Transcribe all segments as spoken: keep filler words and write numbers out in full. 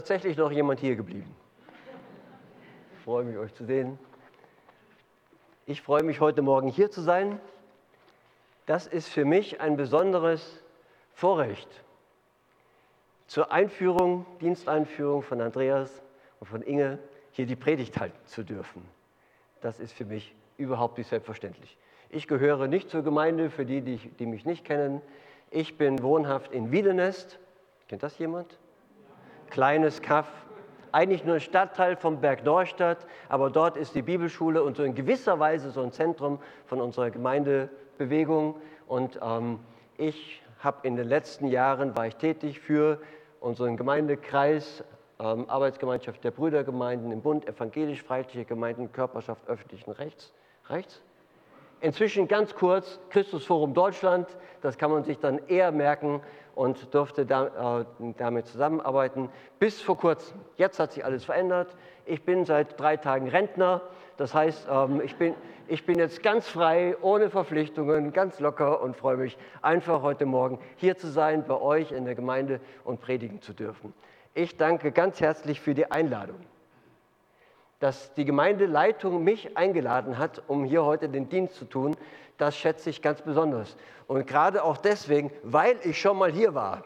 Tatsächlich noch jemand hier geblieben. Ich freue mich, euch zu sehen. Ich freue mich, heute Morgen hier zu sein. Das ist für mich ein besonderes Vorrecht. Zur Einführung, Diensteinführung von Andreas und von Inge, hier die Predigt halten zu dürfen. Das ist für mich überhaupt nicht selbstverständlich. Ich gehöre nicht zur Gemeinde, für die, die, die mich nicht kennen. Ich bin wohnhaft in Wiedenest. Kennt das jemand? Kleines Kaff, eigentlich nur ein Stadtteil vom Berg Neustadt, aber dort ist die Bibelschule und so in gewisser Weise so ein Zentrum von unserer Gemeindebewegung. Und ähm, ich habe in den letzten Jahren, war ich tätig für unseren Gemeindekreis, ähm, Arbeitsgemeinschaft der Brüdergemeinden im Bund, evangelisch-freiheitliche Gemeinden, Körperschaft öffentlichen Rechts. Rechts? Inzwischen ganz kurz, Christusforum Deutschland, das kann man sich dann eher merken und durfte da, äh, damit zusammenarbeiten, bis vor kurzem. Jetzt hat sich alles verändert. Ich bin seit drei Tagen Rentner, das heißt, ähm, ich, bin, ich bin jetzt ganz frei, ohne Verpflichtungen, ganz locker und freue mich einfach heute Morgen hier zu sein, bei euch in der Gemeinde und predigen zu dürfen. Ich danke ganz herzlich für die Einladung. Dass die Gemeindeleitung mich eingeladen hat, um hier heute den Dienst zu tun, das schätze ich ganz besonders. Und gerade auch deswegen, weil ich schon mal hier war.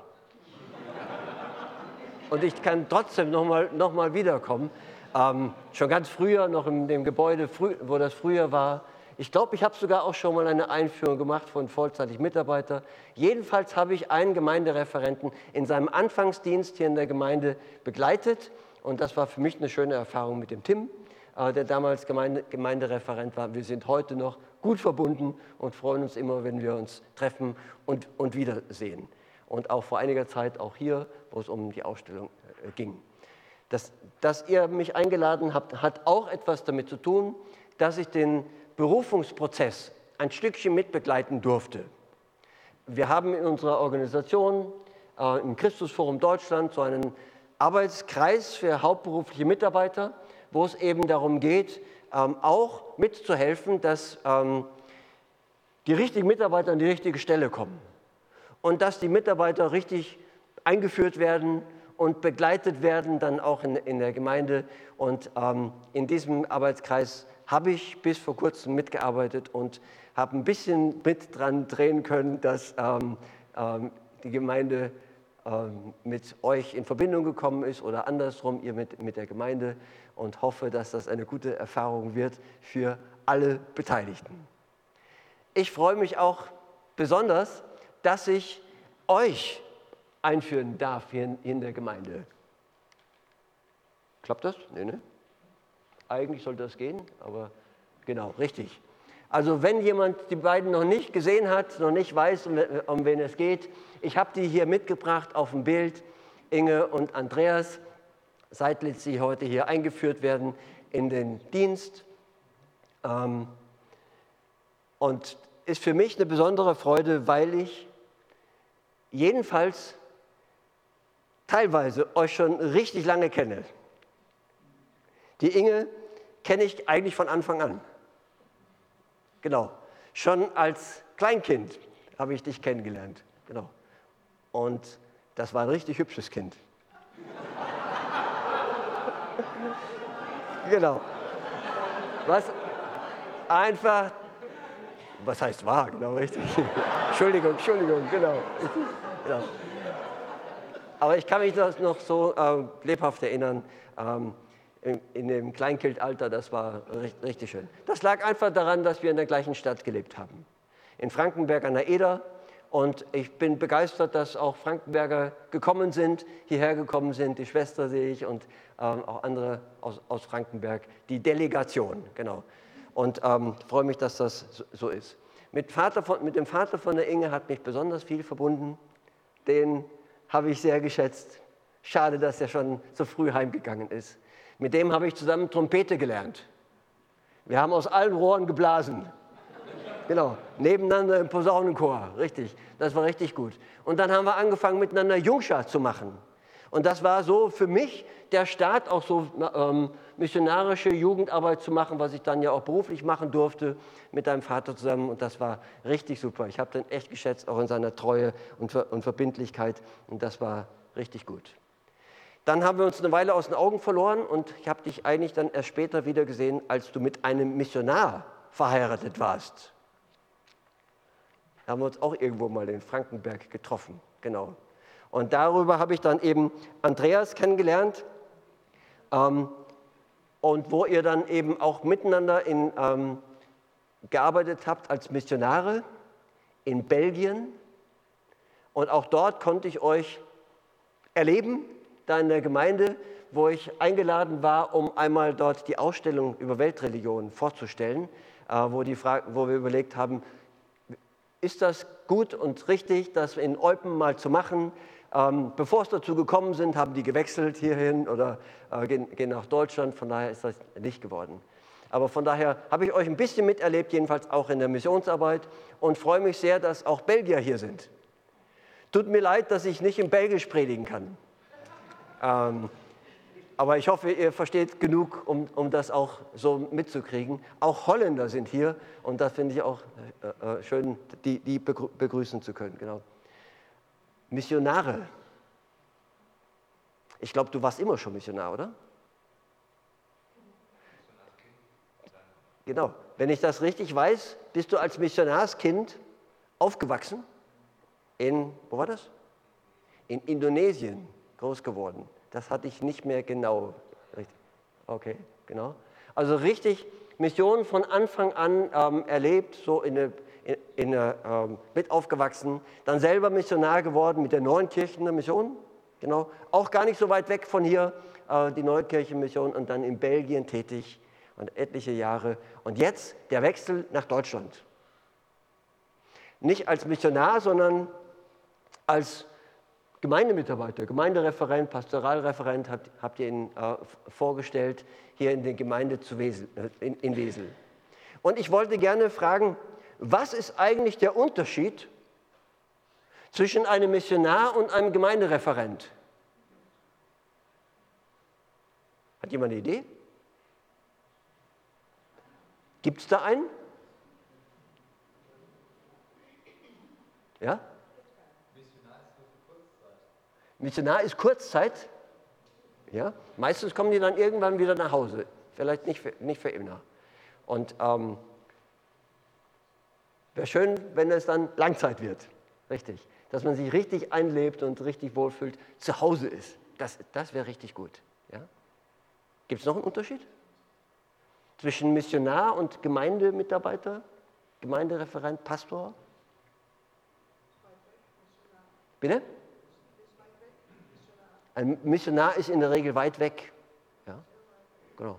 Und ich kann trotzdem noch mal, noch mal wiederkommen. Ähm, schon ganz früher, noch in dem Gebäude, früh, wo das früher war. Ich glaube, ich habe sogar auch schon mal eine Einführung gemacht von vollzeitig Mitarbeiter. Jedenfalls habe ich einen Gemeindereferenten in seinem Anfangsdienst hier in der Gemeinde begleitet. Und das war für mich eine schöne Erfahrung mit dem Tim, der damals Gemeinde, Gemeindereferent war. Wir sind heute noch gut verbunden und freuen uns immer, wenn wir uns treffen und, und wiedersehen. Und auch vor einiger Zeit auch hier, wo es um die Ausstellung äh, ging. Das, dass ihr mich eingeladen habt, hat auch etwas damit zu tun, dass ich den Berufungsprozess ein Stückchen mitbegleiten durfte. Wir haben in unserer Organisation, äh, im Christusforum Deutschland, so einen Arbeitskreis für hauptberufliche Mitarbeiter, wo es eben darum geht, ähm, auch mitzuhelfen, dass ähm, die richtigen Mitarbeiter an die richtige Stelle kommen und dass die Mitarbeiter richtig eingeführt werden und begleitet werden, dann auch in, in der Gemeinde. Und ähm, in diesem Arbeitskreis habe ich bis vor kurzem mitgearbeitet und habe ein bisschen mit dran drehen können, dass ähm, ähm, die Gemeinde mit euch in Verbindung gekommen ist oder andersrum, ihr mit, mit der Gemeinde, und hoffe, dass das eine gute Erfahrung wird für alle Beteiligten. Ich freue mich auch besonders, dass ich euch einführen darf hier in, in der Gemeinde. Klappt das? Nee, ne? Eigentlich sollte das gehen, aber genau, richtig. Also wenn jemand die beiden noch nicht gesehen hat, noch nicht weiß, um, um wen es geht, ich habe die hier mitgebracht auf dem Bild, Inge und Andreas, seit sie heute hier eingeführt werden in den Dienst. Ähm, und ist für mich eine besondere Freude, weil ich jedenfalls teilweise euch schon richtig lange kenne. Die Inge kenne ich eigentlich von Anfang an. Genau, schon als Kleinkind habe ich dich kennengelernt. Genau. Und das war ein richtig hübsches Kind. Genau. Was einfach, was heißt wahr, genau, richtig. Entschuldigung, Entschuldigung, genau. genau. Aber ich kann mich noch so äh, lebhaft erinnern, ähm, in, in dem Kleinkindalter, das war richtig, richtig schön. Das lag einfach daran, dass wir in der gleichen Stadt gelebt haben. In Frankenberg an der Eder. Und ich bin begeistert, dass auch Frankenberger gekommen sind, hierher gekommen sind. Die Schwester sehe ich und ähm, auch andere aus, aus Frankenberg. Die Delegation, genau. Und ähm, freue mich, dass das so, so ist. Mit, Vater von, mit dem Vater von der Inge hat mich besonders viel verbunden. Den habe ich sehr geschätzt. Schade, dass er schon so früh heimgegangen ist. Mit dem habe ich zusammen Trompete gelernt. Wir haben aus allen Rohren geblasen. Genau, nebeneinander im Posaunenchor, richtig, das war richtig gut. Und dann haben wir angefangen, miteinander Jungschar zu machen. Und das war so für mich der Start, auch so ähm, missionarische Jugendarbeit zu machen, was ich dann ja auch beruflich machen durfte mit deinem Vater zusammen. Und das war richtig super. Ich habe den echt geschätzt, auch in seiner Treue und, Ver und Verbindlichkeit. Und das war richtig gut. Dann haben wir uns eine Weile aus den Augen verloren und ich habe dich eigentlich dann erst später wieder gesehen, als du mit einem Missionar verheiratet warst. Da haben wir uns auch irgendwo mal in Frankenberg getroffen, genau. Und darüber habe ich dann eben Andreas kennengelernt ähm, und wo ihr dann eben auch miteinander in, ähm, gearbeitet habt als Missionare in Belgien. Und auch dort konnte ich euch erleben, da in der Gemeinde, wo ich eingeladen war, um einmal dort die Ausstellung über Weltreligionen vorzustellen, äh, wo, die Frage, wo wir überlegt haben, ist das gut und richtig, das in Eupen mal zu machen? Ähm, bevor es dazu gekommen sind, haben die gewechselt hierhin oder äh, gehen, gehen nach Deutschland, von daher ist das nicht geworden. Aber von daher habe ich euch ein bisschen miterlebt, jedenfalls auch in der Missionsarbeit und freue mich sehr, dass auch Belgier hier sind. Tut mir leid, dass ich nicht in Belgisch predigen kann. Ähm, aber ich hoffe, ihr versteht genug, um, um das auch so mitzukriegen. Auch Holländer sind hier und das finde ich auch äh, schön, die, die begrü begrüßen zu können. Genau. Missionare. Ich glaube, du warst immer schon Missionar, oder? Genau. Wenn ich das richtig weiß, bist du als Missionarskind aufgewachsen in, wo war das? In Indonesien groß geworden. Das hatte ich nicht mehr genau. Richtig. Okay, genau. Also richtig Mission von Anfang an ähm, erlebt, so in eine, in, in eine, ähm, mit aufgewachsen, dann selber Missionar geworden mit der Neuenkirchener Mission, genau, auch gar nicht so weit weg von hier, äh, die Neuenkirchen-Mission und dann in Belgien tätig und etliche Jahre. Und jetzt der Wechsel nach Deutschland. Nicht als Missionar, sondern als Gemeindemitarbeiter, Gemeindereferent, Pastoralreferent habt, habt ihr ihn äh, vorgestellt, hier in der Gemeinde zu Wesel, in, in Wesel. Und ich wollte gerne fragen, was ist eigentlich der Unterschied zwischen einem Missionar und einem Gemeindereferent? Hat jemand eine Idee? Gibt es da einen? Ja? Missionar ist Kurzzeit. Ja? Meistens kommen die dann irgendwann wieder nach Hause. Vielleicht nicht für, nicht für immer. Und ähm, wäre schön, wenn es dann Langzeit wird. Richtig. Dass man sich richtig einlebt und richtig wohlfühlt, zu Hause ist. Das, das wäre richtig gut. Ja? Gibt es noch einen Unterschied? Zwischen Missionar und Gemeindemitarbeiter? Gemeindereferent, Pastor? Bitte? Ein Missionar ist in der Regel weit weg. Ja? Genau.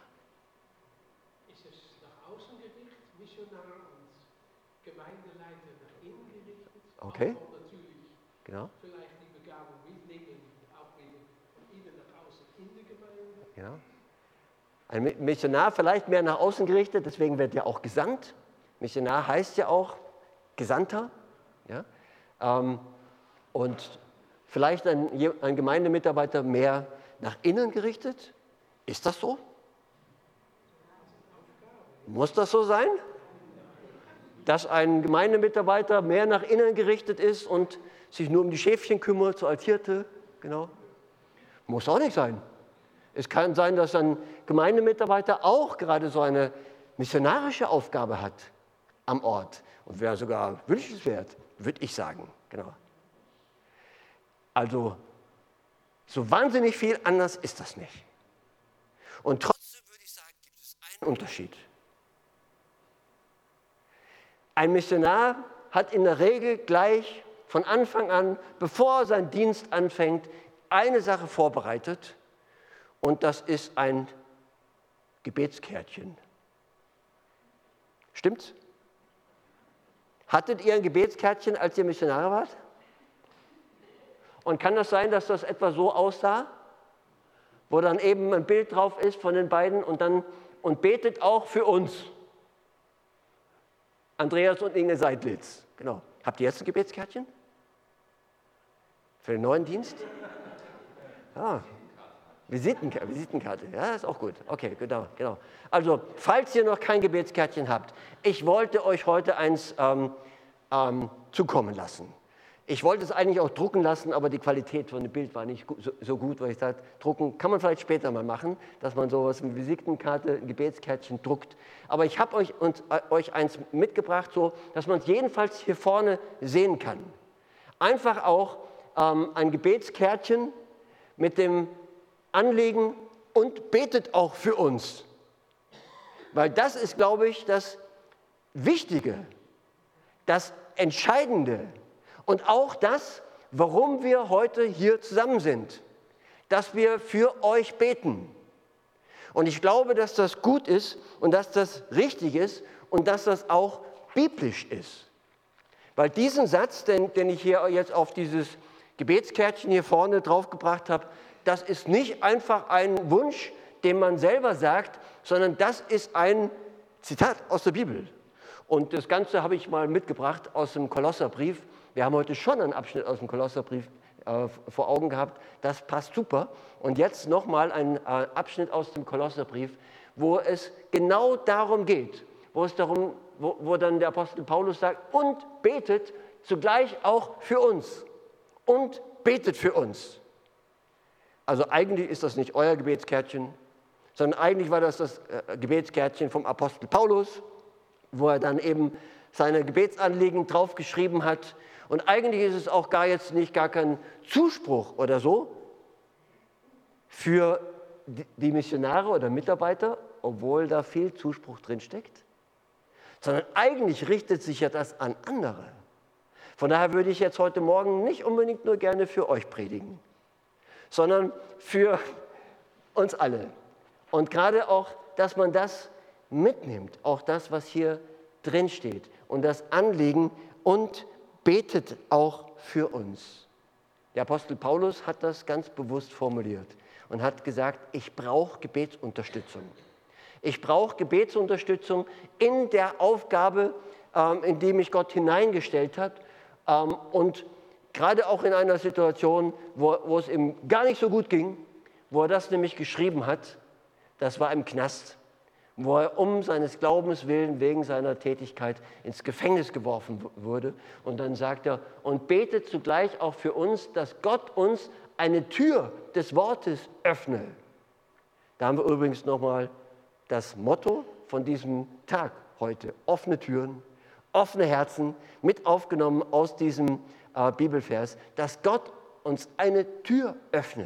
Ist es nach außen gerichtet, Missionar und Gemeindeleiter nach innen gerichtet? Okay. Aber natürlich Genau. vielleicht die Begabung mitnehmen, auch wieder von innen nach außen in die Gemeinde. Genau. Ein Missionar vielleicht mehr nach außen gerichtet, deswegen wird ja auch gesandt. Missionar heißt ja auch Gesandter. Ja? Ähm, und vielleicht ein, ein Gemeindemitarbeiter mehr nach innen gerichtet. Ist das so? Muss das so sein? Dass ein Gemeindemitarbeiter mehr nach innen gerichtet ist und sich nur um die Schäfchen kümmert, so als Hirte? Genau. Muss auch nicht sein. Es kann sein, dass ein Gemeindemitarbeiter auch gerade so eine missionarische Aufgabe hat am Ort. Und wäre sogar wünschenswert, würde ich sagen. Genau. Also, so wahnsinnig viel anders ist das nicht. Und trotzdem würde ich sagen, gibt es einen Unterschied. Ein Missionar hat in der Regel gleich von Anfang an, bevor er seinen Dienst anfängt, eine Sache vorbereitet und das ist ein Gebetskärtchen. Stimmt's? Hattet ihr ein Gebetskärtchen, als ihr Missionare wart? Und kann das sein, dass das etwa so aussah, wo dann eben ein Bild drauf ist von den beiden und dann und betet auch für uns. Andreas und Inge Seidlitz. Genau. Habt ihr jetzt ein Gebetskärtchen? Für den neuen Dienst? Ja. Visitenkarte, Visitenkarte. Ja, ist auch gut. Okay, genau, genau. Also, falls ihr noch kein Gebetskärtchen habt, ich wollte euch heute eins ähm, ähm, zukommen lassen. Ich wollte es eigentlich auch drucken lassen, aber die Qualität von dem Bild war nicht so gut, weil ich sagte, drucken kann man vielleicht später mal machen, dass man sowas wie Visitenkarte, ein Gebetskärtchen druckt. Aber ich habe euch, uns, euch eins mitgebracht, so, dass man es jedenfalls hier vorne sehen kann. Einfach auch ähm, ein Gebetskärtchen mit dem Anliegen und betet auch für uns. Weil das ist, glaube ich, das Wichtige, das Entscheidende und auch das, warum wir heute hier zusammen sind, dass wir für euch beten. Und ich glaube, dass das gut ist und dass das richtig ist und dass das auch biblisch ist. Weil diesen Satz, den, den ich hier jetzt auf dieses Gebetskärtchen hier vorne draufgebracht habe, das ist nicht einfach ein Wunsch, den man selber sagt, sondern das ist ein Zitat aus der Bibel. Und das Ganze habe ich mal mitgebracht aus dem Kolosserbrief. Wir haben heute schon einen Abschnitt aus dem Kolosserbrief äh, vor Augen gehabt. Das passt super. Und jetzt nochmal ein äh, Abschnitt aus dem Kolosserbrief, wo es genau darum geht, wo es darum, wo, wo dann der Apostel Paulus sagt, und betet zugleich auch für uns. Und betet für uns. Also eigentlich ist das nicht euer Gebetskärtchen, sondern eigentlich war das das äh, Gebetskärtchen vom Apostel Paulus, wo er dann eben seine Gebetsanliegen draufgeschrieben hat. Und eigentlich ist es auch gar jetzt nicht gar kein Zuspruch oder so für die Missionare oder Mitarbeiter, obwohl da viel Zuspruch drinsteckt, sondern eigentlich richtet sich ja das an andere. Von daher würde ich jetzt heute Morgen nicht unbedingt nur gerne für euch predigen, sondern für uns alle. Und gerade auch, dass man das mitnimmt, auch das, was hier drin steht und das Anliegen und betet auch für uns. Der Apostel Paulus hat das ganz bewusst formuliert und hat gesagt, ich brauche Gebetsunterstützung. Ich brauche Gebetsunterstützung in der Aufgabe, ähm, in die mich Gott hineingestellt hat ähm, und gerade auch in einer Situation, wo, wo es ihm gar nicht so gut ging, wo er das nämlich geschrieben hat, das war im Knast, wo er um seines Glaubens willen wegen seiner Tätigkeit ins Gefängnis geworfen wurde. Und dann sagt er, und betet zugleich auch für uns, dass Gott uns eine Tür des Wortes öffne. Da haben wir übrigens nochmal das Motto von diesem Tag heute, offene Türen, offene Herzen, mit aufgenommen aus diesem äh, Bibelvers, dass Gott uns eine Tür öffne.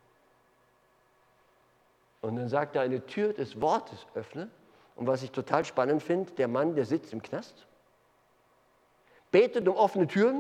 Und dann sagt er, eine Tür des Wortes öffne. Und was ich total spannend finde, der Mann, der sitzt im Knast, betet um offene Türen,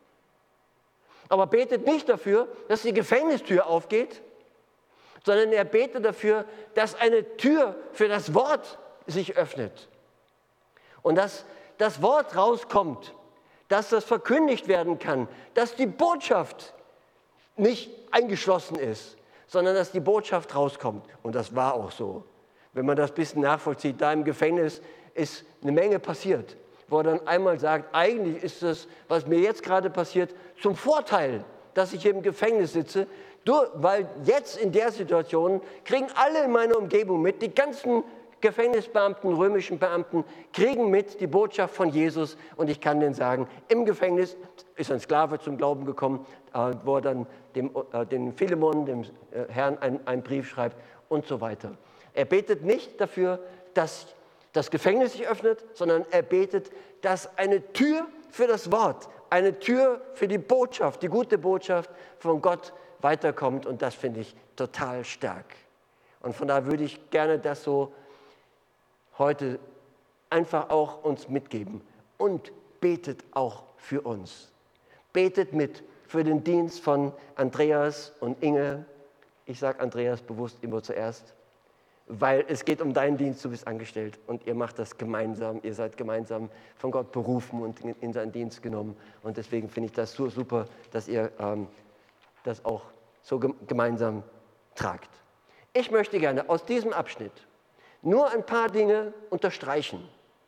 aber betet nicht dafür, dass die Gefängnistür aufgeht, sondern er betet dafür, dass eine Tür für das Wort sich öffnet. Und dass das Wort rauskommt, dass das verkündigt werden kann, dass die Botschaft nicht eingeschlossen ist, sondern dass die Botschaft rauskommt. Und das war auch so. Wenn man das ein bisschen nachvollzieht, da im Gefängnis ist eine Menge passiert, wo er dann einmal sagt, eigentlich ist das, was mir jetzt gerade passiert, zum Vorteil, dass ich hier im Gefängnis sitze, weil jetzt in der Situation kriegen alle in meiner Umgebung mit, die ganzen Gefängnisbeamten, römischen Beamten, kriegen mit die Botschaft von Jesus und ich kann denen sagen, im Gefängnis ist ein Sklave zum Glauben gekommen, äh, wo er dann dem, äh, dem Philemon, dem äh, Herrn, einen Brief schreibt und so weiter. Er betet nicht dafür, dass das Gefängnis sich öffnet, sondern er betet, dass eine Tür für das Wort, eine Tür für die Botschaft, die gute Botschaft von Gott weiterkommt und das finde ich total stark. Und von daher würde ich gerne das so heute einfach auch uns mitgeben und betet auch für uns. Betet mit für den Dienst von Andreas und Inge. Ich sage Andreas bewusst immer zuerst, weil es geht um deinen Dienst, du bist angestellt und ihr macht das gemeinsam, ihr seid gemeinsam von Gott berufen und in, in seinen Dienst genommen und deswegen finde ich das so super, dass ihr ähm, das auch so gemeinsam tragt. Ich möchte gerne aus diesem Abschnitt nur ein paar Dinge unterstreichen.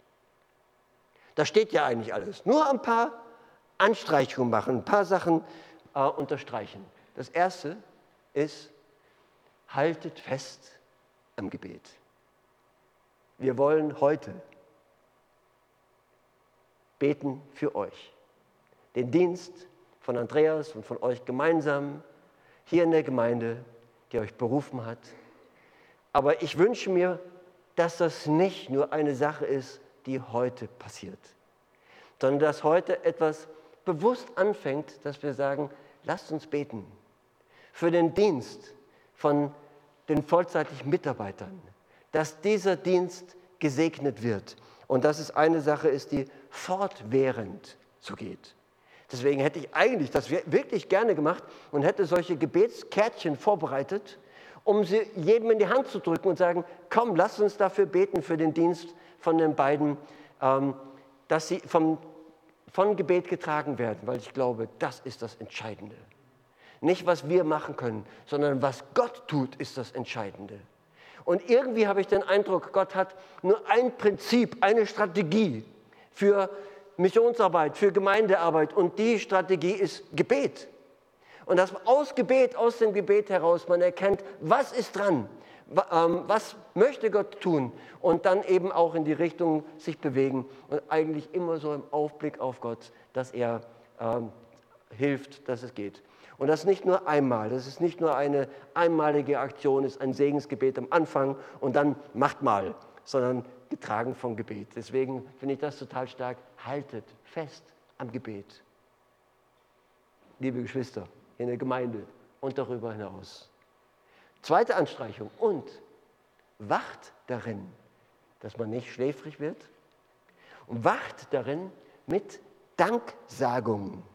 Da steht ja eigentlich alles. Nur ein paar Anstreichungen machen, ein paar Sachen äh, unterstreichen. Das erste ist, haltet fest am Gebet. Wir wollen heute beten für euch. Den Dienst von Andreas und von euch gemeinsam hier in der Gemeinde, die euch berufen hat. Aber ich wünsche mir, dass das nicht nur eine Sache ist, die heute passiert, sondern dass heute etwas bewusst anfängt, dass wir sagen, lasst uns beten für den Dienst von den vollzeitlichen Mitarbeitern, dass dieser Dienst gesegnet wird und dass es eine Sache ist, die fortwährend so geht. Deswegen hätte ich eigentlich das wirklich gerne gemacht und hätte solche Gebetskärtchen vorbereitet, um sie jedem in die Hand zu drücken und sagen, komm, lass uns dafür beten, für den Dienst von den beiden, ähm, dass sie vom, von Gebet getragen werden, weil ich glaube, das ist das Entscheidende. Nicht, was wir machen können, sondern was Gott tut, ist das Entscheidende. Und irgendwie habe ich den Eindruck, Gott hat nur ein Prinzip, eine Strategie für Missionsarbeit, für Gemeindearbeit und die Strategie ist Gebet. Und dass aus Gebet, aus dem Gebet heraus man erkennt, was ist dran, was möchte Gott tun und dann eben auch in die Richtung sich bewegen und eigentlich immer so im Aufblick auf Gott, dass er ähm, hilft, dass es geht. Und das nicht nur einmal, das ist nicht nur eine einmalige Aktion, ist ein Segensgebet am Anfang und dann macht mal, sondern getragen vom Gebet. Deswegen finde ich das total stark. Haltet fest am Gebet. Liebe Geschwister, in der Gemeinde und darüber hinaus. Zweite Anstreichung. Und wacht darin, dass man nicht schläfrig wird. Und wacht darin mit Danksagung.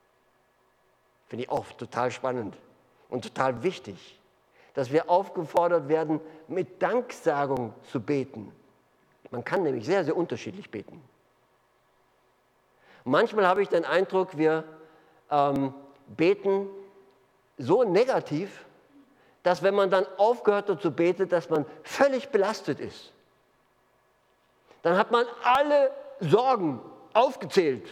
Finde ich auch total spannend und total wichtig, dass wir aufgefordert werden, mit Danksagung zu beten. Man kann nämlich sehr, sehr unterschiedlich beten. Manchmal habe ich den Eindruck, wir ähm, beten so negativ, dass wenn man dann aufgehört hat zu beten, dass man völlig belastet ist. Dann hat man alle Sorgen aufgezählt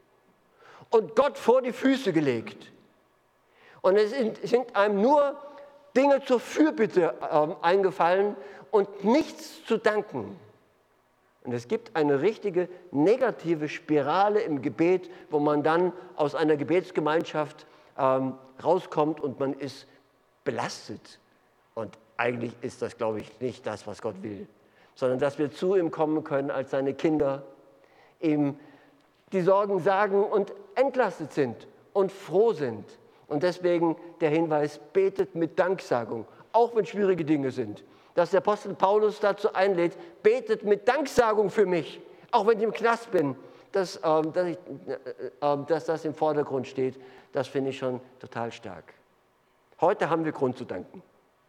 und Gott vor die Füße gelegt. Und es sind, sind einem nur Dinge zur Fürbitte ähm, eingefallen und nichts zu danken. Und es gibt eine richtige negative Spirale im Gebet, wo man dann aus einer Gebetsgemeinschaft ähm, rauskommt und man ist belastet. Und eigentlich ist das, glaube ich, nicht das, was Gott will, sondern dass wir zu ihm kommen können als seine Kinder, ihm die Sorgen sagen und entlastet sind und froh sind. Und deswegen der Hinweis, betet mit Danksagung, auch wenn schwierige Dinge sind. Dass der Apostel Paulus dazu einlädt, betet mit Danksagung für mich, auch wenn ich im Knast bin, dass, ähm, dass, ich, äh, dass das im Vordergrund steht, das finde ich schon total stark. Heute haben wir Grund zu danken.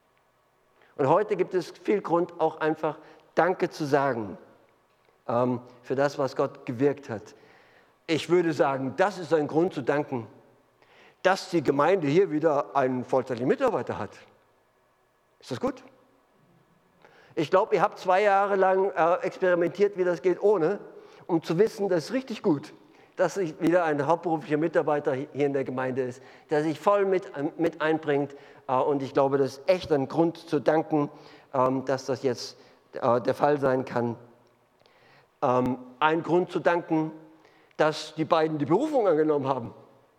Und heute gibt es viel Grund, auch einfach Danke zu sagen ähm, für das, was Gott gewirkt hat. Ich würde sagen, das ist ein Grund zu danken, dass die Gemeinde hier wieder einen vollzeitlichen Mitarbeiter hat. Ist das gut? Ich glaube, ihr habt zwei Jahre lang äh, experimentiert, wie das geht ohne, um zu wissen, das ist richtig gut, dass sich wieder ein hauptberuflicher Mitarbeiter hier in der Gemeinde ist, der sich voll mit, mit einbringt. Äh, und ich glaube, das ist echt ein Grund zu danken, ähm, dass das jetzt äh, der Fall sein kann. Ähm, ein Grund zu danken, dass die beiden die Berufung angenommen haben.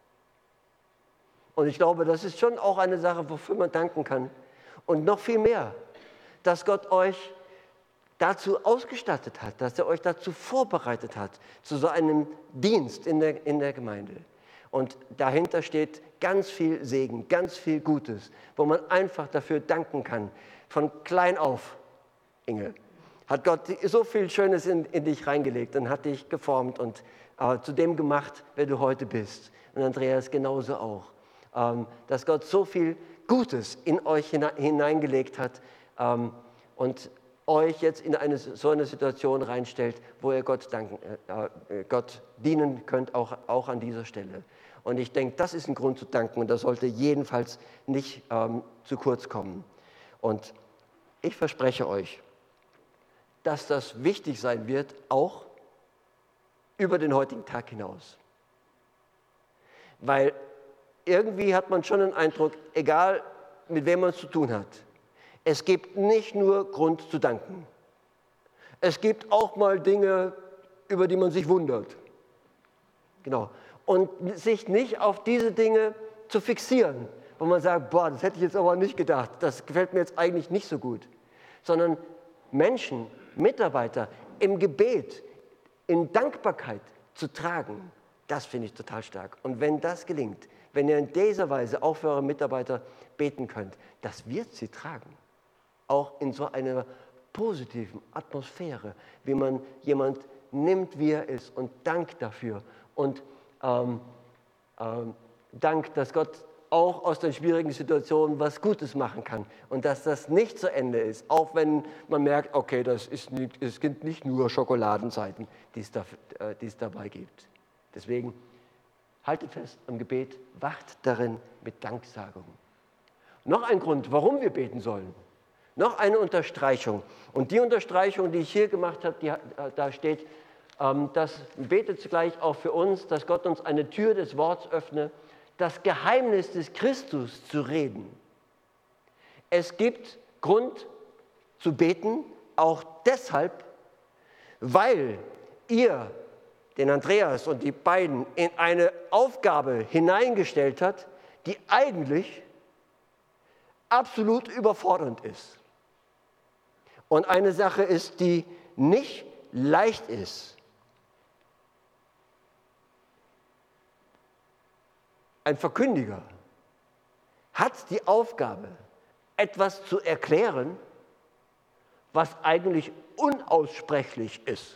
Und ich glaube, das ist schon auch eine Sache, wofür man danken kann. Und noch viel mehr, dass Gott euch dazu ausgestattet hat, dass er euch dazu vorbereitet hat, zu so einem Dienst in der, in der Gemeinde. Und dahinter steht ganz viel Segen, ganz viel Gutes, wo man einfach dafür danken kann. Von klein auf, Inge, hat Gott so viel Schönes in, in dich reingelegt und hat dich geformt und äh, zu dem gemacht, wer du heute bist. Und Andreas genauso auch. Ähm, dass Gott so viel Gutes in euch hineingelegt hat ähm, und euch jetzt in eine, so eine Situation reinstellt, wo ihr Gott, danken, äh, Gott dienen könnt, auch, auch an dieser Stelle. Und ich denke, das ist ein Grund zu danken und das sollte jedenfalls nicht ähm, zu kurz kommen. Und ich verspreche euch, dass das wichtig sein wird, auch über den heutigen Tag hinaus. Weil irgendwie hat man schon den Eindruck, egal mit wem man es zu tun hat, es gibt nicht nur Grund zu danken. Es gibt auch mal Dinge, über die man sich wundert. Genau. Und sich nicht auf diese Dinge zu fixieren, wo man sagt, boah, das hätte ich jetzt aber nicht gedacht, das gefällt mir jetzt eigentlich nicht so gut. Sondern Menschen, Mitarbeiter im Gebet, in Dankbarkeit zu tragen, das finde ich total stark. Und wenn das gelingt, wenn ihr in dieser Weise auch für eure Mitarbeiter beten könnt, das wird sie tragen. Auch in so einer positiven Atmosphäre, wie man jemand nimmt, wie er ist und dankt dafür. Und ähm, ähm, Dank, dass Gott auch aus den schwierigen Situationen was Gutes machen kann und dass das nicht zu Ende ist, auch wenn man merkt, okay, das ist nicht, es gibt nicht nur Schokoladenzeiten, die es, da, äh, die es dabei gibt. Deswegen haltet fest am Gebet, wacht darin mit Danksagung. Noch ein Grund, warum wir beten sollen. Noch eine Unterstreichung. Und die Unterstreichung, die ich hier gemacht habe, die, äh, da steht, ähm, das betet zugleich auch für uns, dass Gott uns eine Tür des Wortes öffne, das Geheimnis des Christus zu reden. Es gibt Grund zu beten, auch deshalb, weil ihr den Andreas und die beiden in eine Aufgabe hineingestellt hat, die eigentlich absolut überfordernd ist. Und eine Sache ist, die nicht leicht ist. Ein Verkündiger hat die Aufgabe, etwas zu erklären, was eigentlich unaussprechlich ist.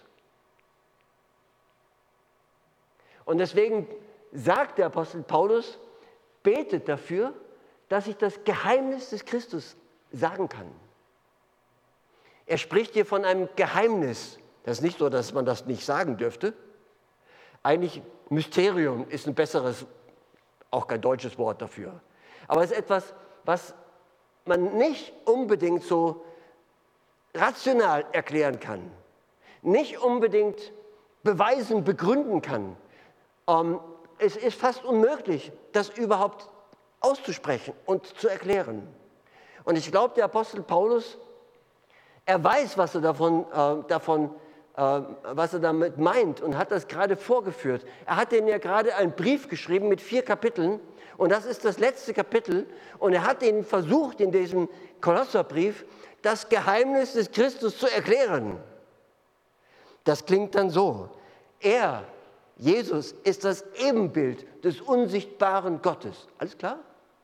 Und deswegen sagt der Apostel Paulus, betet dafür, dass ich das Geheimnis des Christus sagen kann. Er spricht hier von einem Geheimnis. Das ist nicht so, dass man das nicht sagen dürfte. Eigentlich Mysterium ist ein besseres, auch kein deutsches Wort dafür. Aber es ist etwas, was man nicht unbedingt so rational erklären kann, nicht unbedingt beweisen, begründen kann. Ähm, es ist fast unmöglich, das überhaupt auszusprechen und zu erklären. Und ich glaube, der Apostel Paulus, er weiß, was er davon, äh, davon äh, was er damit meint und hat das gerade vorgeführt. Er hat denen ja gerade einen Brief geschrieben mit vier Kapiteln und das ist das letzte Kapitel und er hat ihnen versucht, in diesem Kolosserbrief das Geheimnis des Christus zu erklären. Das klingt dann so: Er, Jesus, ist das Ebenbild des unsichtbaren Gottes. Alles klar?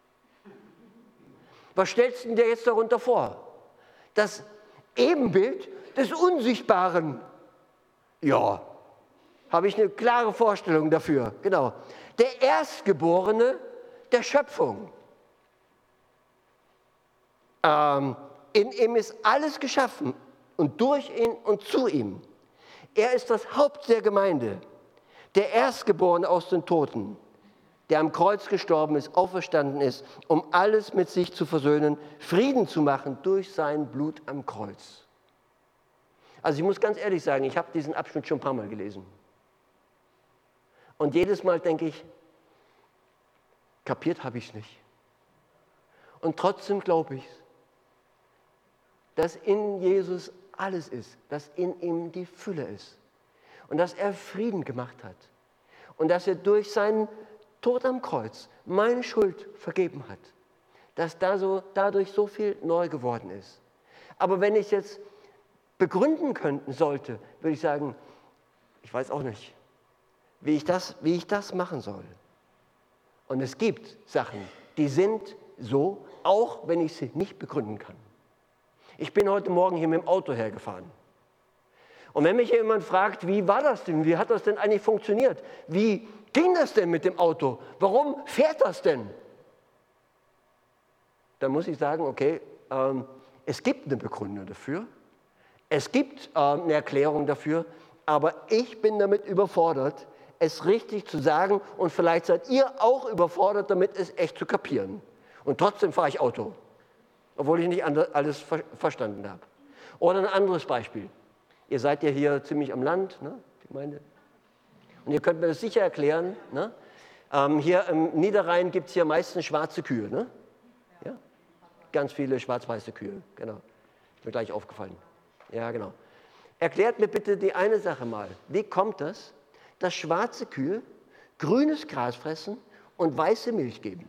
Was stellst du dir jetzt darunter vor? Das Ebenbild des Unsichtbaren. Ja, habe ich eine klare Vorstellung dafür. Genau. Der Erstgeborene der Schöpfung. Ähm, in ihm ist alles geschaffen und durch ihn und zu ihm. Er ist das Haupt der Gemeinde, der Erstgeborene aus den Toten, der am Kreuz gestorben ist, auferstanden ist, um alles mit sich zu versöhnen, Frieden zu machen durch sein Blut am Kreuz. Also ich muss ganz ehrlich sagen, ich habe diesen Abschnitt schon ein paar Mal gelesen. Und jedes Mal denke ich, kapiert habe ich es nicht. Und trotzdem glaube ich, dass in Jesus alles ist, dass in ihm die Fülle ist und dass er Frieden gemacht hat und dass er durch seinen Tod am Kreuz meine Schuld vergeben hat, dass da so, dadurch so viel neu geworden ist. Aber wenn ich jetzt begründen könnten sollte, würde ich sagen, ich weiß auch nicht, wie ich das, wie ich das machen soll. Und es gibt Sachen, die sind so, auch wenn ich sie nicht begründen kann. Ich bin heute Morgen hier mit dem Auto hergefahren. Und wenn mich jemand fragt, wie war das denn, wie hat das denn eigentlich funktioniert, wie ging das denn mit dem Auto, warum fährt das denn? Dann muss ich sagen, okay, ähm, es gibt eine Begründung dafür, es gibt ähm, eine Erklärung dafür, aber ich bin damit überfordert, es richtig zu sagen und vielleicht seid ihr auch überfordert, damit es echt zu kapieren. Und trotzdem fahre ich Auto, obwohl ich nicht alles ver- verstanden habe. Oder ein anderes Beispiel. Ihr seid ja hier ziemlich am Land, ne, die Gemeinde. Und ihr könnt mir das sicher erklären. Ne? Ähm, hier im Niederrhein gibt es hier meistens schwarze Kühe. Ne? Ja? Ganz viele schwarz-weiße Kühe, genau. Ist mir gleich aufgefallen. Ja, genau. Erklärt mir bitte die eine Sache mal. Wie kommt das, dass schwarze Kühe grünes Gras fressen und weiße Milch geben.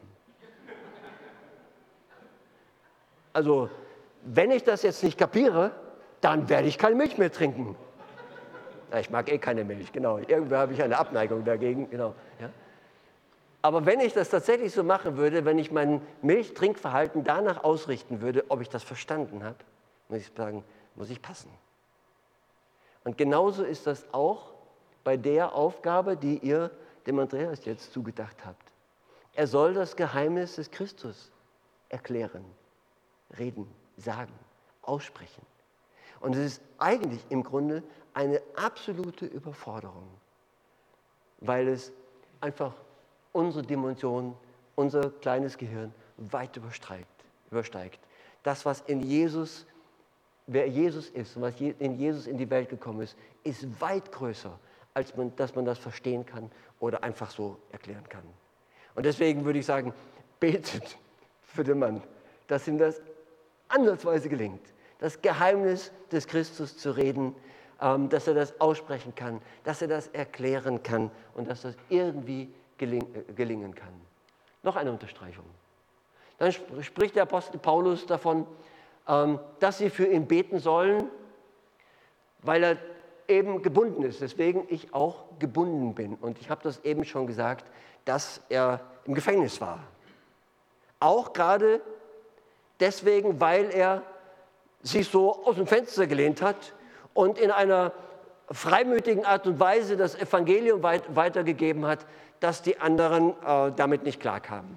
Also, wenn ich das jetzt nicht kapiere, dann werde ich keine Milch mehr trinken. Ja, ich mag eh keine Milch, genau. Irgendwie habe ich eine Abneigung dagegen, genau. Ja. Aber wenn ich das tatsächlich so machen würde, wenn ich mein Milchtrinkverhalten danach ausrichten würde, ob ich das verstanden habe, muss ich sagen, muss ich passen. Und genauso ist das auch bei der Aufgabe, die ihr dem Andreas jetzt zugedacht habt. Er soll das Geheimnis des Christus erklären, reden, sagen, aussprechen. Und es ist eigentlich im Grunde eine absolute Überforderung, weil es einfach unsere Dimension, unser kleines Gehirn weit übersteigt. übersteigt. Das, was in Jesus, wer Jesus ist und was in Jesus in die Welt gekommen ist, ist weit größer, als man, dass man das verstehen kann oder einfach so erklären kann. Und deswegen würde ich sagen, betet für den Mann, dass ihm das ansatzweise gelingt, das Geheimnis des Christus zu reden, ähm, dass er das aussprechen kann, dass er das erklären kann und dass das irgendwie geling, äh, gelingen kann. Noch eine Unterstreichung. Dann sp- spricht der Apostel Paulus davon, ähm, dass sie für ihn beten sollen, weil er eben gebunden ist, weswegen ich auch gebunden bin. Und ich habe das eben schon gesagt, dass er im Gefängnis war. Auch gerade deswegen, weil er sich so aus dem Fenster gelehnt hat und in einer freimütigen Art und Weise das Evangelium weit, weitergegeben hat, dass die anderen äh, damit nicht klarkamen.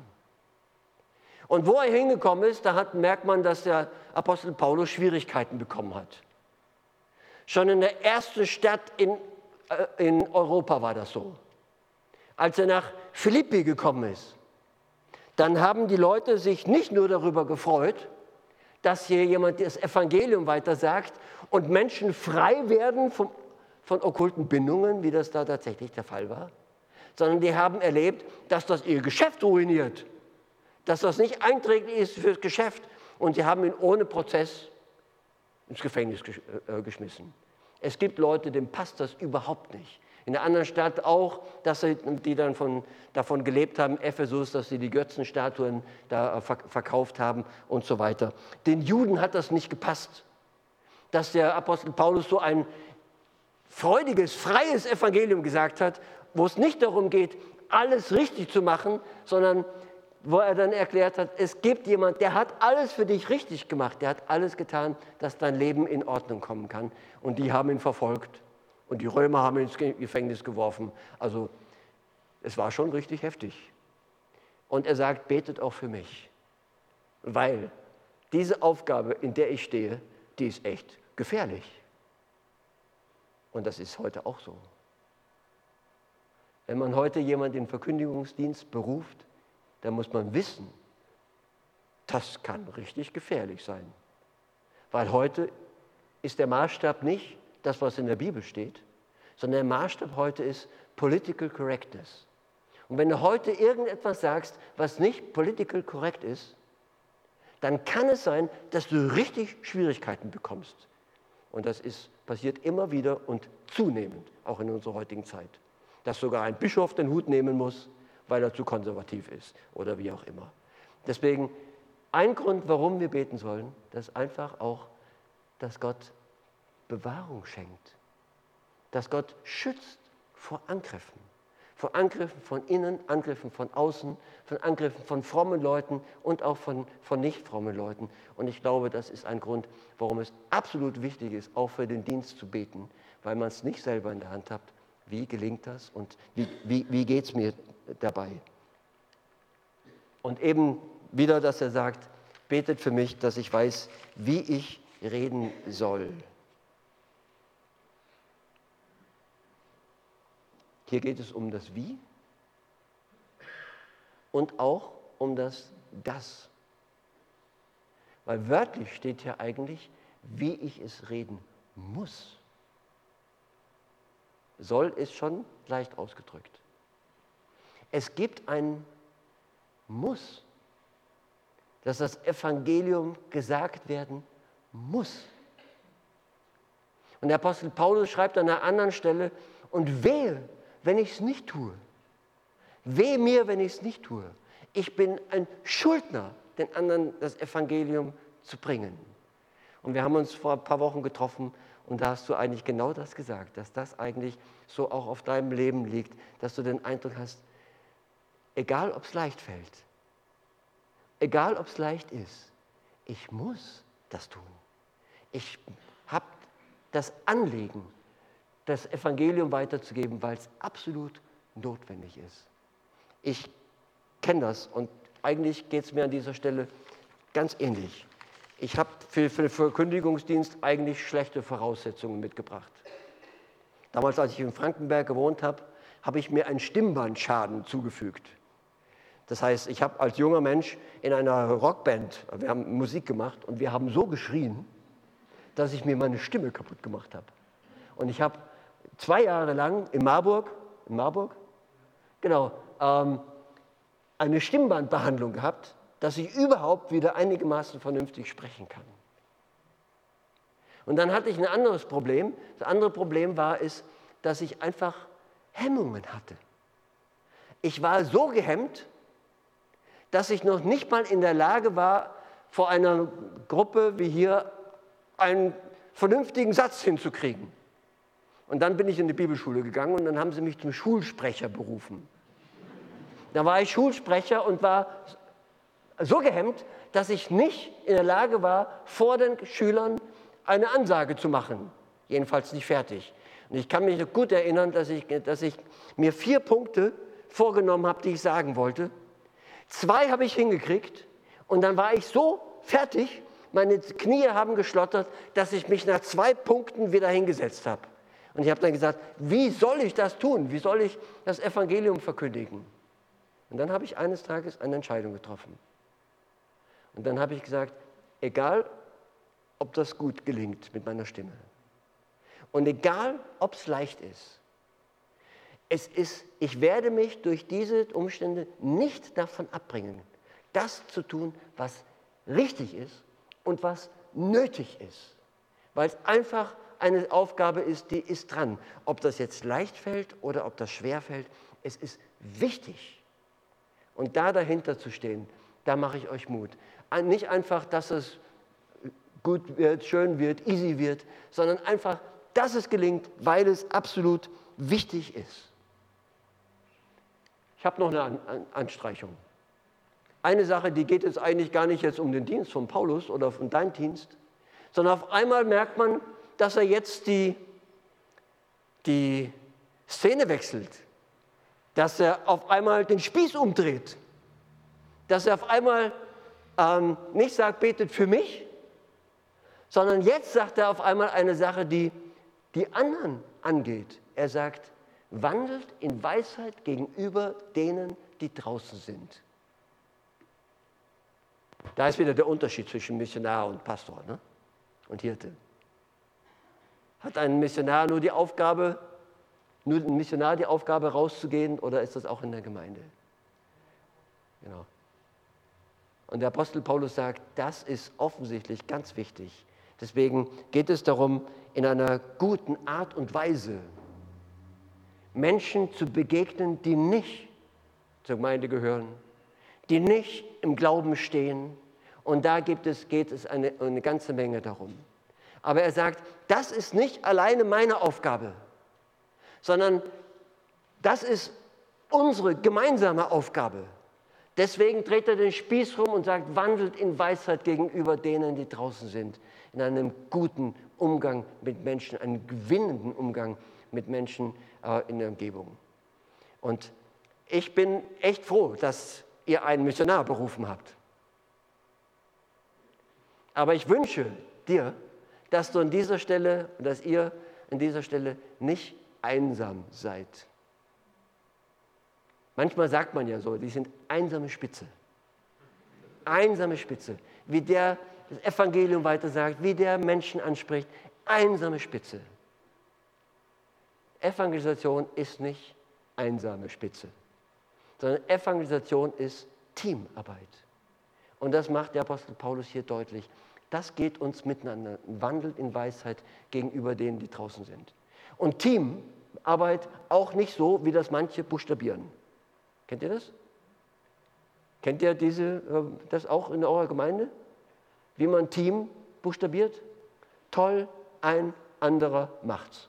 Und wo er hingekommen ist, da hat, merkt man, dass der Apostel Paulus Schwierigkeiten bekommen hat. Schon in der ersten Stadt in, äh, in Europa war das so. Als er nach Philippi gekommen ist, dann haben die Leute sich nicht nur darüber gefreut, dass hier jemand das Evangelium weitersagt und Menschen frei werden vom, von okkulten Bindungen, wie das da tatsächlich der Fall war, sondern die haben erlebt, dass das ihr Geschäft ruiniert, dass das nicht einträglich ist fürs Geschäft und sie haben ihn ohne Prozess ins Gefängnis geschmissen. Es gibt Leute, denen passt das überhaupt nicht. In der anderen Stadt auch, dass sie, die dann von, davon gelebt haben, Ephesus, dass sie die Götzenstatuen da verkauft haben und so weiter. Den Juden hat das nicht gepasst, dass der Apostel Paulus so ein freudiges, freies Evangelium gesagt hat, wo es nicht darum geht, alles richtig zu machen, sondern wo er dann erklärt hat, es gibt jemand, der hat alles für dich richtig gemacht, der hat alles getan, dass dein Leben in Ordnung kommen kann. Und die haben ihn verfolgt und die Römer haben ihn ins Gefängnis geworfen. Also es war schon richtig heftig. Und er sagt, betet auch für mich, weil diese Aufgabe, in der ich stehe, die ist echt gefährlich. Und das ist heute auch so. Wenn man heute jemanden in den Verkündigungsdienst beruft, dann muss man wissen, das kann richtig gefährlich sein. Weil heute ist der Maßstab nicht das, was in der Bibel steht, sondern der Maßstab heute ist Political Correctness. Und wenn du heute irgendetwas sagst, was nicht political correct ist, dann kann es sein, dass du richtig Schwierigkeiten bekommst. Und das ist, passiert immer wieder und zunehmend, auch in unserer heutigen Zeit. Dass sogar ein Bischof den Hut nehmen muss, weil er zu konservativ ist oder wie auch immer. Deswegen ein Grund, warum wir beten sollen, das ist einfach auch, dass Gott Bewahrung schenkt, dass Gott schützt vor Angriffen, vor Angriffen von innen, Angriffen von außen, von Angriffen von frommen Leuten und auch von, von nicht frommen Leuten. Und ich glaube, das ist ein Grund, warum es absolut wichtig ist, auch für den Dienst zu beten, weil man es nicht selber in der Hand hat. Wie gelingt das und wie, wie, wie geht es mir dabei? Und eben wieder, dass er sagt, betet für mich, dass ich weiß, wie ich reden soll. Hier geht es um das Wie und auch um das Das. Weil wörtlich steht hier eigentlich, wie ich es reden muss. Soll ist schon leicht ausgedrückt. Es gibt ein Muss, dass das Evangelium gesagt werden muss. Und der Apostel Paulus schreibt an einer anderen Stelle, und wehe, wenn ich es nicht tue. Weh mir, wenn ich es nicht tue. Ich bin ein Schuldner, den anderen das Evangelium zu bringen. Und wir haben uns vor ein paar Wochen getroffen und da hast du eigentlich genau das gesagt, dass das eigentlich so auch auf deinem Leben liegt, dass du den Eindruck hast, egal ob es leicht fällt, egal ob es leicht ist, ich muss das tun. Ich habe das Anliegen, das Evangelium weiterzugeben, weil es absolut notwendig ist. Ich kenne das und eigentlich geht es mir an dieser Stelle ganz ähnlich. Ich habe für, für den Verkündigungsdienst eigentlich schlechte Voraussetzungen mitgebracht. Damals, als ich in Frankenberg gewohnt habe, habe ich mir einen Stimmbandschaden zugefügt. Das heißt, ich habe als junger Mensch in einer Rockband, wir haben Musik gemacht und wir haben so geschrien, dass ich mir meine Stimme kaputt gemacht habe. Und ich habe zwei Jahre lang in Marburg, in Marburg, genau, ähm, eine Stimmbandbehandlung gehabt, dass ich überhaupt wieder einigermaßen vernünftig sprechen kann. Und dann hatte ich ein anderes Problem. Das andere Problem war, ist, dass ich einfach Hemmungen hatte. Ich war so gehemmt, dass ich noch nicht mal in der Lage war, vor einer Gruppe wie hier einen vernünftigen Satz hinzukriegen. Und dann bin ich in die Bibelschule gegangen und dann haben sie mich zum Schulsprecher berufen. Da war ich Schulsprecher und war so gehemmt, dass ich nicht in der Lage war, vor den Schülern eine Ansage zu machen. Jedenfalls nicht fertig. Und ich kann mich noch gut erinnern, dass ich, dass ich mir vier Punkte vorgenommen habe, die ich sagen wollte. Zwei habe ich hingekriegt und dann war ich so fertig, meine Knie haben geschlottert, dass ich mich nach zwei Punkten wieder hingesetzt habe. Und ich habe dann gesagt, wie soll ich das tun? Wie soll ich das Evangelium verkündigen? Und dann habe ich eines Tages eine Entscheidung getroffen. Und dann habe ich gesagt, egal, ob das gut gelingt mit meiner Stimme. Und egal, ob es leicht ist. Es ist, ich werde mich durch diese Umstände nicht davon abbringen, das zu tun, was richtig ist und was nötig ist. Weil es einfach eine Aufgabe ist, die ist dran. Ob das jetzt leicht fällt oder ob das schwer fällt, es ist wichtig. Und da dahinter zu stehen, da mache ich euch Mut. Nicht einfach, dass es gut wird, schön wird, easy wird, sondern einfach, dass es gelingt, weil es absolut wichtig ist. Ich habe noch eine Anstreichung. Eine Sache, die geht jetzt eigentlich gar nicht jetzt um den Dienst von Paulus oder von deinem Dienst, sondern auf einmal merkt man, dass er jetzt die, die Szene wechselt, dass er auf einmal den Spieß umdreht, dass er auf einmal ähm, nicht sagt, betet für mich, sondern jetzt sagt er auf einmal eine Sache, die die anderen angeht. Er sagt, wandelt in Weisheit gegenüber denen, die draußen sind. Da ist wieder der Unterschied zwischen Missionar und Pastor, ne? Und Hirte. Hat ein Missionar nur die Aufgabe, nur ein Missionar die Aufgabe rauszugehen oder ist das auch in der Gemeinde? Genau. Und der Apostel Paulus sagt, das ist offensichtlich ganz wichtig. Deswegen geht es darum, in einer guten Art und Weise Menschen zu begegnen, die nicht zur Gemeinde gehören, die nicht im Glauben stehen. Und da gibt es, geht es eine, eine ganze Menge darum. Aber er sagt, das ist nicht alleine meine Aufgabe, sondern das ist unsere gemeinsame Aufgabe. Deswegen dreht er den Spieß rum und sagt, wandelt in Weisheit gegenüber denen, die draußen sind, in einem guten Umgang mit Menschen, einem gewinnenden Umgang mit Menschen äh, in der Umgebung. Und ich bin echt froh, dass ihr einen Missionar berufen habt. Aber ich wünsche dir, dass du an dieser Stelle, dass ihr an dieser Stelle nicht einsam seid. Manchmal sagt man ja so, die sind einsame Spitze. Einsame Spitze. Wie der das Evangelium weiter sagt, wie der Menschen anspricht. Einsame Spitze. Evangelisation ist nicht einsame Spitze, sondern Evangelisation ist Teamarbeit. Und das macht der Apostel Paulus hier deutlich. Das geht uns miteinander, wandelt in Weisheit gegenüber denen, die draußen sind. Und Teamarbeit auch nicht so, wie das manche buchstabieren. Kennt ihr das? Kennt ihr diese, das auch in eurer Gemeinde? Wie man Team buchstabiert? Toll, ein anderer macht's.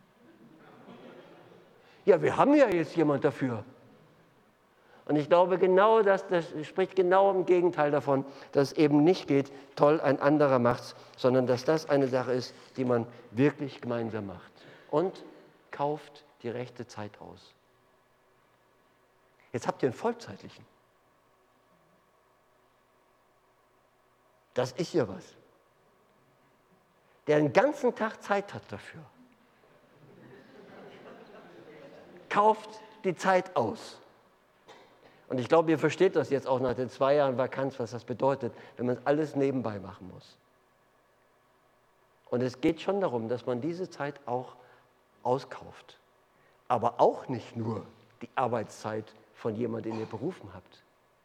Ja, wir haben ja jetzt jemand dafür. Und ich glaube, genau das, das spricht genau im Gegenteil davon, dass es eben nicht geht, toll, ein anderer macht's, sondern dass das eine Sache ist, die man wirklich gemeinsam macht. Und kauft die rechte Zeit aus. Jetzt habt ihr einen Vollzeitlichen. Das ist ja was. Der den ganzen Tag Zeit hat dafür. Kauft die Zeit aus. Und ich glaube, ihr versteht das jetzt auch nach den zwei Jahren Vakanz, was das bedeutet, wenn man alles nebenbei machen muss. Und es geht schon darum, dass man diese Zeit auch auskauft. Aber auch nicht nur die Arbeitszeit von jemandem, den ihr berufen habt.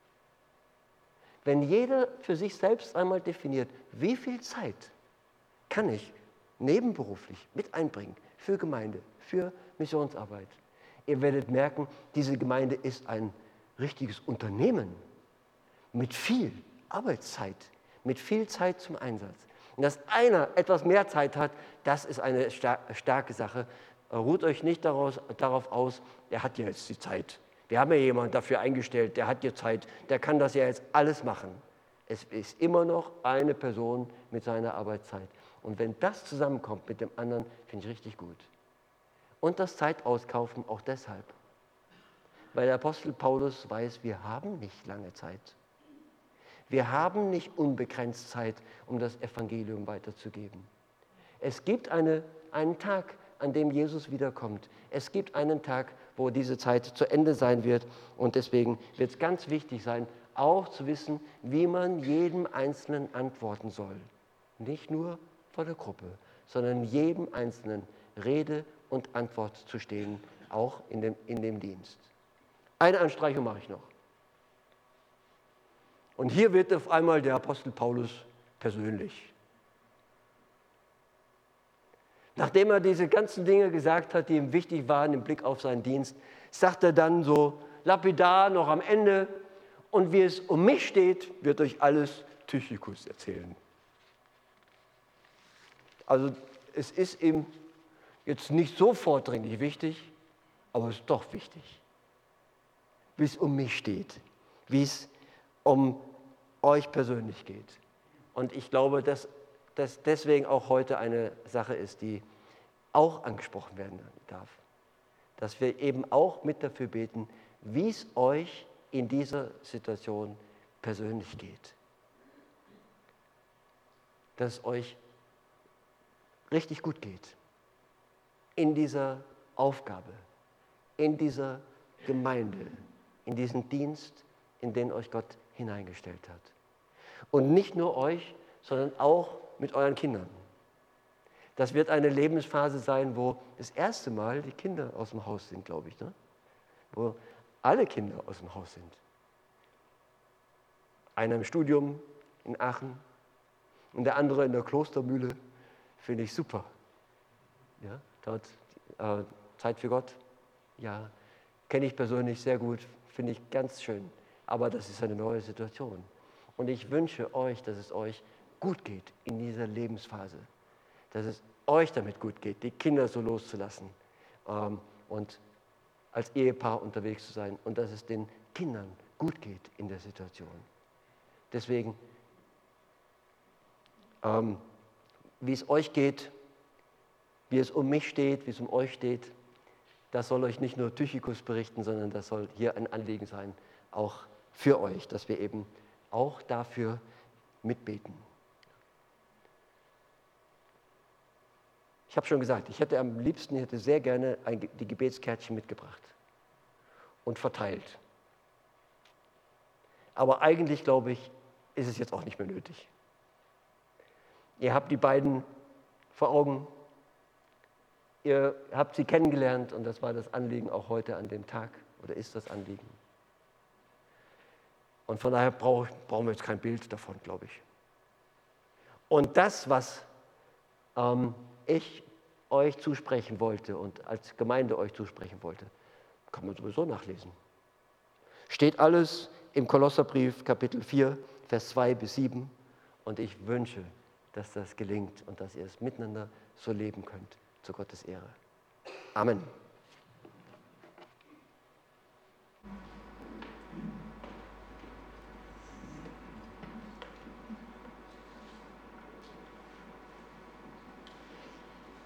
Wenn jeder für sich selbst einmal definiert, wie viel Zeit kann ich nebenberuflich mit einbringen für Gemeinde, für Missionsarbeit. Ihr werdet merken, diese Gemeinde ist ein richtiges Unternehmen mit viel Arbeitszeit, mit viel Zeit zum Einsatz. Und dass einer etwas mehr Zeit hat, das ist eine starke Sache. Ruht euch nicht daraus, darauf aus, der hat ja jetzt die Zeit. Wir haben ja jemanden dafür eingestellt, der hat ja Zeit, der kann das ja jetzt alles machen. Es ist immer noch eine Person mit seiner Arbeitszeit. Und wenn das zusammenkommt mit dem anderen, finde ich richtig gut. Und das Zeitauskaufen auch deshalb. Weil der Apostel Paulus weiß, wir haben nicht lange Zeit. Wir haben nicht unbegrenzt Zeit, um das Evangelium weiterzugeben. Es gibt eine, einen Tag, an dem Jesus wiederkommt. Es gibt einen Tag, wo diese Zeit zu Ende sein wird. Und deswegen wird es ganz wichtig sein, auch zu wissen, wie man jedem Einzelnen antworten soll. Nicht nur vor der Gruppe, sondern jedem Einzelnen Rede und Antwort zu stehen, auch in dem, in dem Dienst. Eine Anstreichung mache ich noch. Und hier wird auf einmal der Apostel Paulus persönlich. Nachdem er diese ganzen Dinge gesagt hat, die ihm wichtig waren im Blick auf seinen Dienst, sagt er dann so lapidar noch am Ende, und wie es um mich steht, wird euch alles Tychikus erzählen. Also es ist ihm jetzt nicht so vordringlich wichtig, aber es ist doch wichtig, wie es um mich steht, wie es um euch persönlich geht. Und ich glaube, dass das deswegen auch heute eine Sache ist, die auch angesprochen werden darf. Dass wir eben auch mit dafür beten, wie es euch in dieser Situation persönlich geht. Dass es euch richtig gut geht. In dieser Aufgabe, in dieser Gemeinde, in diesen Dienst, in den euch Gott hineingestellt hat. Und nicht nur euch, sondern auch mit euren Kindern. Das wird eine Lebensphase sein, wo das erste Mal die Kinder aus dem Haus sind, glaube ich. Ne? Wo alle Kinder aus dem Haus sind. Einer im Studium in Aachen und der andere in der Klostermühle. Finde ich super. Ja, dort äh, Zeit für Gott. Ja, kenne ich persönlich sehr gut. Finde ich ganz schön. Aber das ist eine neue Situation. Und ich wünsche euch, dass es euch gut geht in dieser Lebensphase. Dass es euch damit gut geht, die Kinder so loszulassen ähm, und als Ehepaar unterwegs zu sein und dass es den Kindern gut geht in der Situation. Deswegen, ähm, wie es euch geht, wie es um mich steht, wie es um euch steht, das soll euch nicht nur Tychikus berichten, sondern das soll hier ein Anliegen sein, auch für euch, dass wir eben auch dafür mitbeten. Ich habe schon gesagt, ich hätte am liebsten, ich hätte sehr gerne ein, die Gebetskärtchen mitgebracht und verteilt. Aber eigentlich, glaube ich, ist es jetzt auch nicht mehr nötig. Ihr habt die beiden vor Augen, ihr habt sie kennengelernt und das war das Anliegen auch heute an dem Tag oder ist das Anliegen. Und von daher brauch, brauchen wir jetzt kein Bild davon, glaube ich. Und das, was ähm, ich euch zusprechen wollte und als Gemeinde euch zusprechen wollte, kann man sowieso nachlesen. Steht alles im Kolosserbrief, Kapitel vier, Vers zwei bis sieben. Und ich wünsche, dass das gelingt und dass ihr es miteinander so leben könnt, zu Gottes Ehre. Amen.